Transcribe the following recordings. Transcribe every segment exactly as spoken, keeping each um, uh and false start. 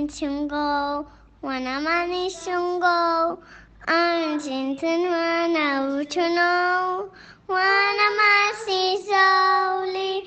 친구 원아만이 친구 안진튼 원아 우천호 원아마시 slowly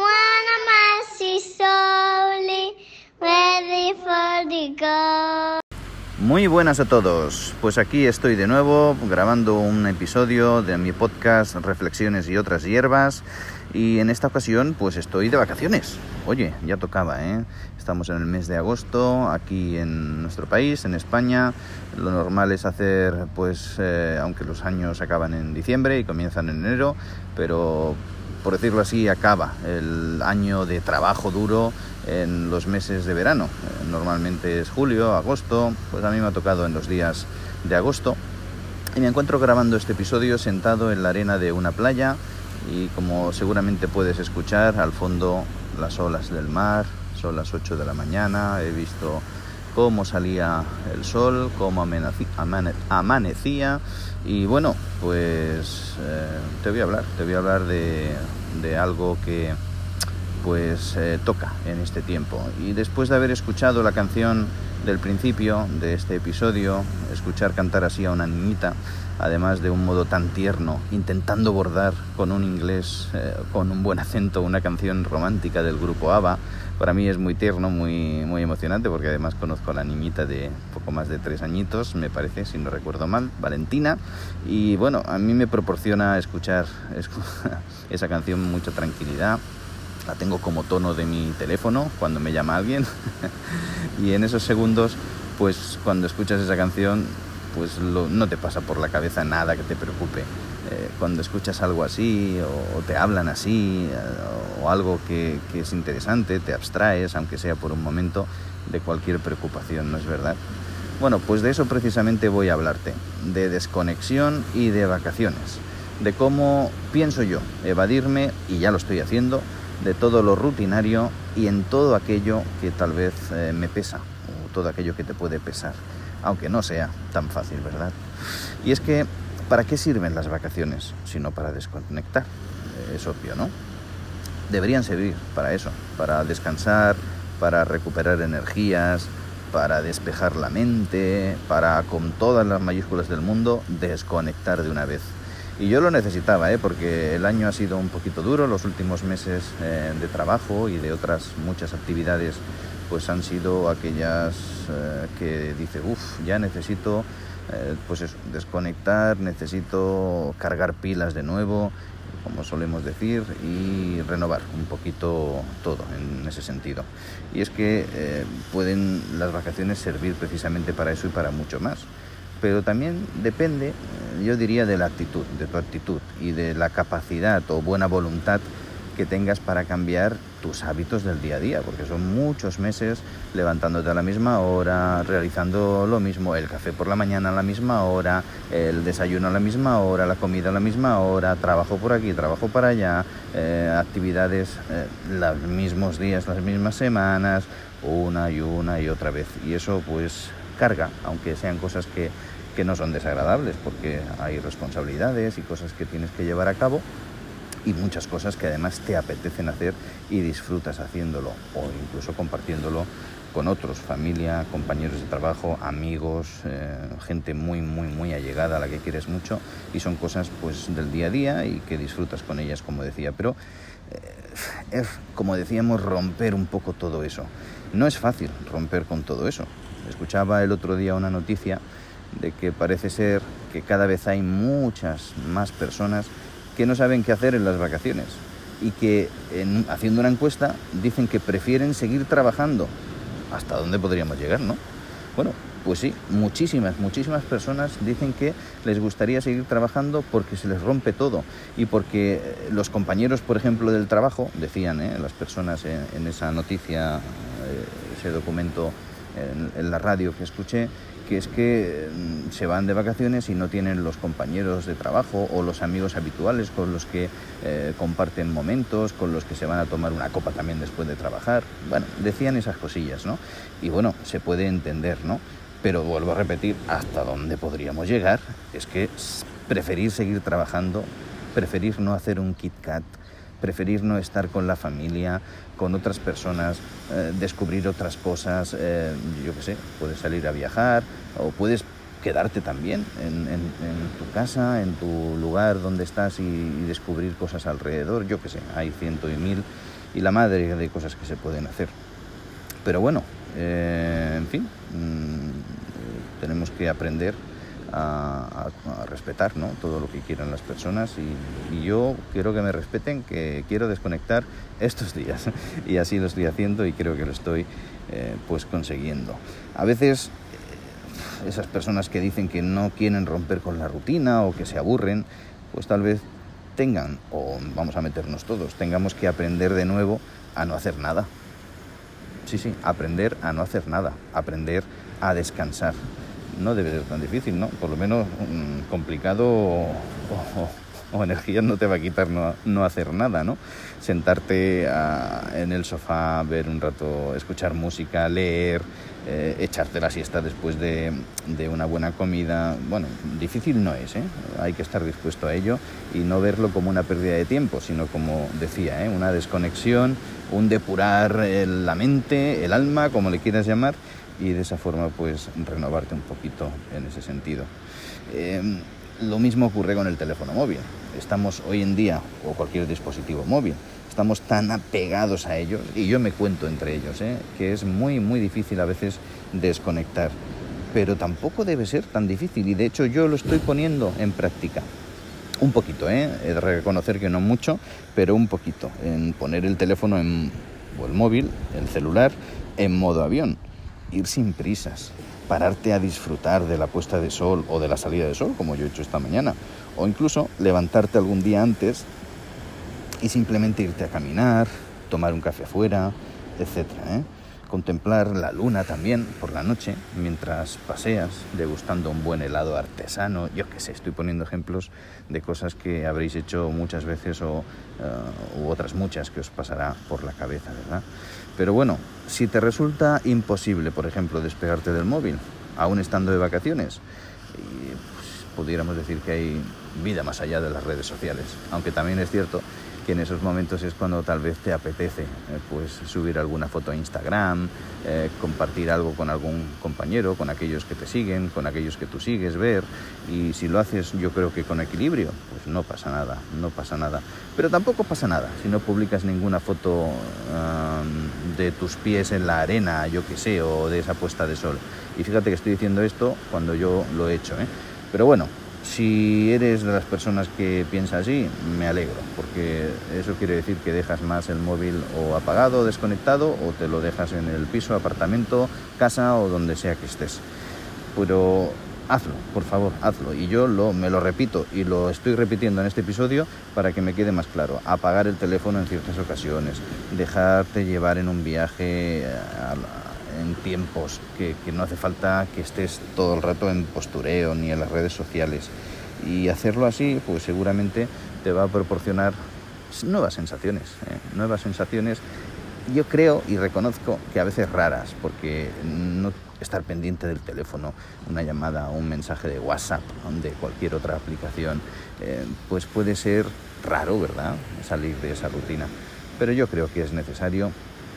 원아마시 slowly ready for the go. Muy buenas a todos, pues aquí estoy de nuevo grabando un episodio de mi podcast Reflexiones y otras hierbas y en esta ocasión pues estoy de vacaciones. Oye, ya tocaba, ¿eh? Estamos en el mes de agosto aquí en nuestro país, en España. Lo normal es hacer, pues, eh, aunque los años acaban en diciembre y comienzan en enero, pero por decirlo así, acaba el año de trabajo duro en los meses de verano. Normalmente es julio, agosto, pues a mí me ha tocado en los días de agosto y me encuentro grabando este episodio sentado en la arena de una playa y como seguramente puedes escuchar al fondo las olas del mar. Son las ocho de la mañana, he visto cómo salía el sol, cómo amanecía y bueno, pues eh, te voy a hablar, te voy a hablar de, de algo que pues eh, toca en este tiempo. Y después de haber escuchado la canción del principio de este episodio, escuchar cantar así a una niñita, además de un modo tan tierno, intentando bordar con un inglés, eh, con un buen acento, una canción romántica del grupo ABBA, para mí es muy tierno, muy, muy emocionante, porque además conozco a la niñita de poco más de tres añitos, me parece, si no recuerdo mal, Valentina, y bueno, a mí me proporciona escuchar esa canción mucha tranquilidad. La tengo como tono de mi teléfono cuando me llama alguien y en esos segundos, pues cuando escuchas esa canción, pues lo, no te pasa por la cabeza nada que te preocupe. Eh, cuando escuchas algo así o, o te hablan así eh, o algo que, que es interesante, te abstraes, aunque sea por un momento, de cualquier preocupación, ¿no es verdad? Bueno, pues de eso precisamente voy a hablarte, de desconexión y de vacaciones, de cómo pienso yo evadirme, y ya lo estoy haciendo, de todo lo rutinario y en todo aquello que tal vez eh, me pesa, o todo aquello que te puede pesar, aunque no sea tan fácil, ¿verdad? Y es que, ¿para qué sirven las vacaciones? Sino para desconectar, eh, es obvio, ¿no? Deberían servir para eso, para descansar, para recuperar energías, para despejar la mente, para, con todas las mayúsculas del mundo, desconectar de una vez. Y yo lo necesitaba, ¿eh? Porque el año ha sido un poquito duro, los últimos meses eh, de trabajo y de otras muchas actividades pues han sido aquellas eh, que dice, uff, ya necesito eh, pues eso, desconectar, necesito cargar pilas de nuevo, como solemos decir, y renovar un poquito todo en ese sentido. Y es que eh, pueden las vacaciones servir precisamente para eso y para mucho más. Pero también depende, yo diría, de la actitud, de tu actitud y de la capacidad o buena voluntad que tengas para cambiar tus hábitos del día a día, porque son muchos meses levantándote a la misma hora, realizando lo mismo, el café por la mañana a la misma hora, el desayuno a la misma hora, la comida a la misma hora, trabajo por aquí, trabajo para allá, eh, actividades eh, los mismos días, las mismas semanas, una y una y otra vez. Y eso pues carga, aunque sean cosas que, que no son desagradables, porque hay responsabilidades y cosas que tienes que llevar a cabo y muchas cosas que además te apetecen hacer y disfrutas haciéndolo o incluso compartiéndolo con otros, familia, compañeros de trabajo, amigos, eh, gente muy, muy, muy allegada a la que quieres mucho, y son cosas pues del día a día y que disfrutas con ellas, como decía, pero eh, es, como decíamos, romper un poco todo eso. No es fácil romper con todo eso. Escuchaba el otro día una noticia de que parece ser que cada vez hay muchas más personas que no saben qué hacer en las vacaciones y que en, haciendo una encuesta dicen que prefieren seguir trabajando. ¿Hasta dónde podríamos llegar, no? Bueno, pues sí, muchísimas, muchísimas personas dicen que les gustaría seguir trabajando porque se les rompe todo y porque los compañeros, por ejemplo, del trabajo, decían ¿eh? las personas en, en esa noticia, eh, ese documento en, en la radio que escuché, que es que se van de vacaciones y no tienen los compañeros de trabajo o los amigos habituales con los que eh, comparten momentos, con los que se van a tomar una copa también después de trabajar. Bueno, decían esas cosillas, ¿no? Y bueno, se puede entender, ¿no? Pero vuelvo a repetir, hasta dónde podríamos llegar es que preferir seguir trabajando, preferir no hacer un Kit Kat, preferir no estar con la familia, con otras personas, eh, descubrir otras cosas, eh, yo qué sé, puedes salir a viajar o puedes quedarte también en, en, en tu casa, en tu lugar donde estás y, y descubrir cosas alrededor, yo qué sé, hay ciento y mil y la madre de cosas que se pueden hacer. Pero bueno, eh, en fin, mmm, tenemos que aprender a, a, a respetar, ¿no?, todo lo que quieran las personas y, y yo quiero que me respeten, que quiero desconectar estos días y así lo estoy haciendo y creo que lo estoy eh, pues consiguiendo. A veces esas personas que dicen que no quieren romper con la rutina o que se aburren, pues tal vez tengan, o vamos a meternos todos, tengamos que aprender de nuevo a no hacer nada. Sí, sí, aprender a no hacer nada, aprender a descansar. No debe ser tan difícil, ¿no? Por lo menos mmm, complicado o, o, o energía no te va a quitar no, no hacer nada, ¿no? Sentarte a, en el sofá, ver un rato, escuchar música, leer, eh, echarte la siesta después de, de una buena comida. Bueno, difícil no es, ¿eh? Hay que estar dispuesto a ello y no verlo como una pérdida de tiempo, sino como decía, ¿eh?, una desconexión, un depurar la mente, el alma, como le quieras llamar, y de esa forma pues renovarte un poquito en ese sentido. Eh, lo mismo ocurre con el teléfono móvil. Estamos hoy en día, o cualquier dispositivo móvil, estamos tan apegados a ellos, y yo me cuento entre ellos, ¿eh?, que es muy muy difícil a veces desconectar, pero tampoco debe ser tan difícil, y de hecho yo lo estoy poniendo en práctica. Un poquito, ¿eh? He de reconocer que no mucho, pero un poquito, en poner el teléfono en, o el móvil, el celular, en modo avión. Ir sin prisas, pararte a disfrutar de la puesta de sol o de la salida de sol, como yo he hecho esta mañana, o incluso levantarte algún día antes y simplemente irte a caminar, tomar un café fuera, etcétera, ¿eh? Contemplar la luna también por la noche mientras paseas, degustando un buen helado artesano. Yo qué sé, estoy poniendo ejemplos de cosas que habréis hecho muchas veces o uh, u otras muchas que os pasará por la cabeza, ¿verdad? Pero bueno, si te resulta imposible, por ejemplo, despegarte del móvil, aún estando de vacaciones, y, pues, pudiéramos decir que hay vida más allá de las redes sociales, aunque también es cierto que en esos momentos es cuando tal vez te apetece eh, pues subir alguna foto a Instagram, eh, compartir algo con algún compañero, con aquellos que te siguen, con aquellos que tú sigues, ver, y si lo haces yo creo que con equilibrio, pues no pasa nada, no pasa nada. Pero tampoco pasa nada si no publicas ninguna foto um, de tus pies en la arena, yo qué sé, o de esa puesta de sol. Y fíjate que estoy diciendo esto cuando yo lo he hecho, ¿eh? Pero bueno, si eres de las personas que piensa así, me alegro, porque eso quiere decir que dejas más el móvil o apagado, o desconectado, o te lo dejas en el piso, apartamento, casa o donde sea que estés. Pero hazlo, por favor, hazlo. Y yo lo, me lo repito y lo estoy repitiendo en este episodio para que me quede más claro. Apagar el teléfono en ciertas ocasiones, dejarte llevar en un viaje a la en tiempos que, que no hace falta que estés todo el rato en postureo ni en las redes sociales, y hacerlo así pues seguramente te va a proporcionar nuevas sensaciones, ¿eh? nuevas sensaciones, yo creo y reconozco que a veces raras, porque no estar pendiente del teléfono, una llamada o un mensaje de WhatsApp de cualquier otra aplicación, eh, pues puede ser raro, ¿verdad?, salir de esa rutina, pero yo creo que es necesario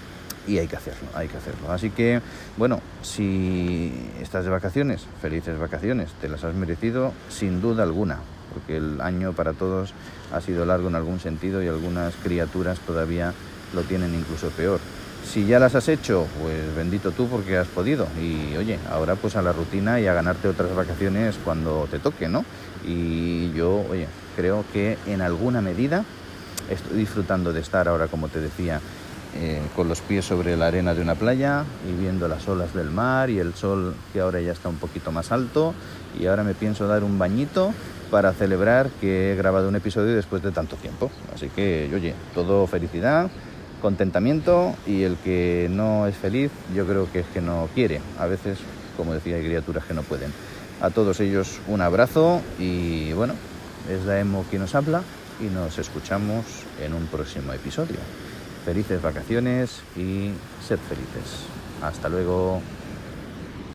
y hay que hacerlo, hay que hacerlo. Así que, bueno, si estás de vacaciones, felices vacaciones, te las has merecido sin duda alguna, porque el año para todos ha sido largo en algún sentido y algunas criaturas todavía lo tienen incluso peor. Si ya las has hecho, pues bendito tú porque has podido. Y oye, ahora pues a la rutina y a ganarte otras vacaciones cuando te toque, ¿no? Y yo, oye, creo que en alguna medida estoy disfrutando de estar ahora, como te decía, Eh, con los pies sobre la arena de una playa y viendo las olas del mar y el sol que ahora ya está un poquito más alto, y ahora me pienso dar un bañito para celebrar que he grabado un episodio después de tanto tiempo. Así que, oye, todo felicidad, contentamiento, y el que no es feliz yo creo que es que no quiere. A veces, como decía, hay criaturas que no pueden. A todos ellos un abrazo y bueno, es Daemo quien nos habla y nos escuchamos en un próximo episodio. Felices vacaciones y sed felices. Hasta luego.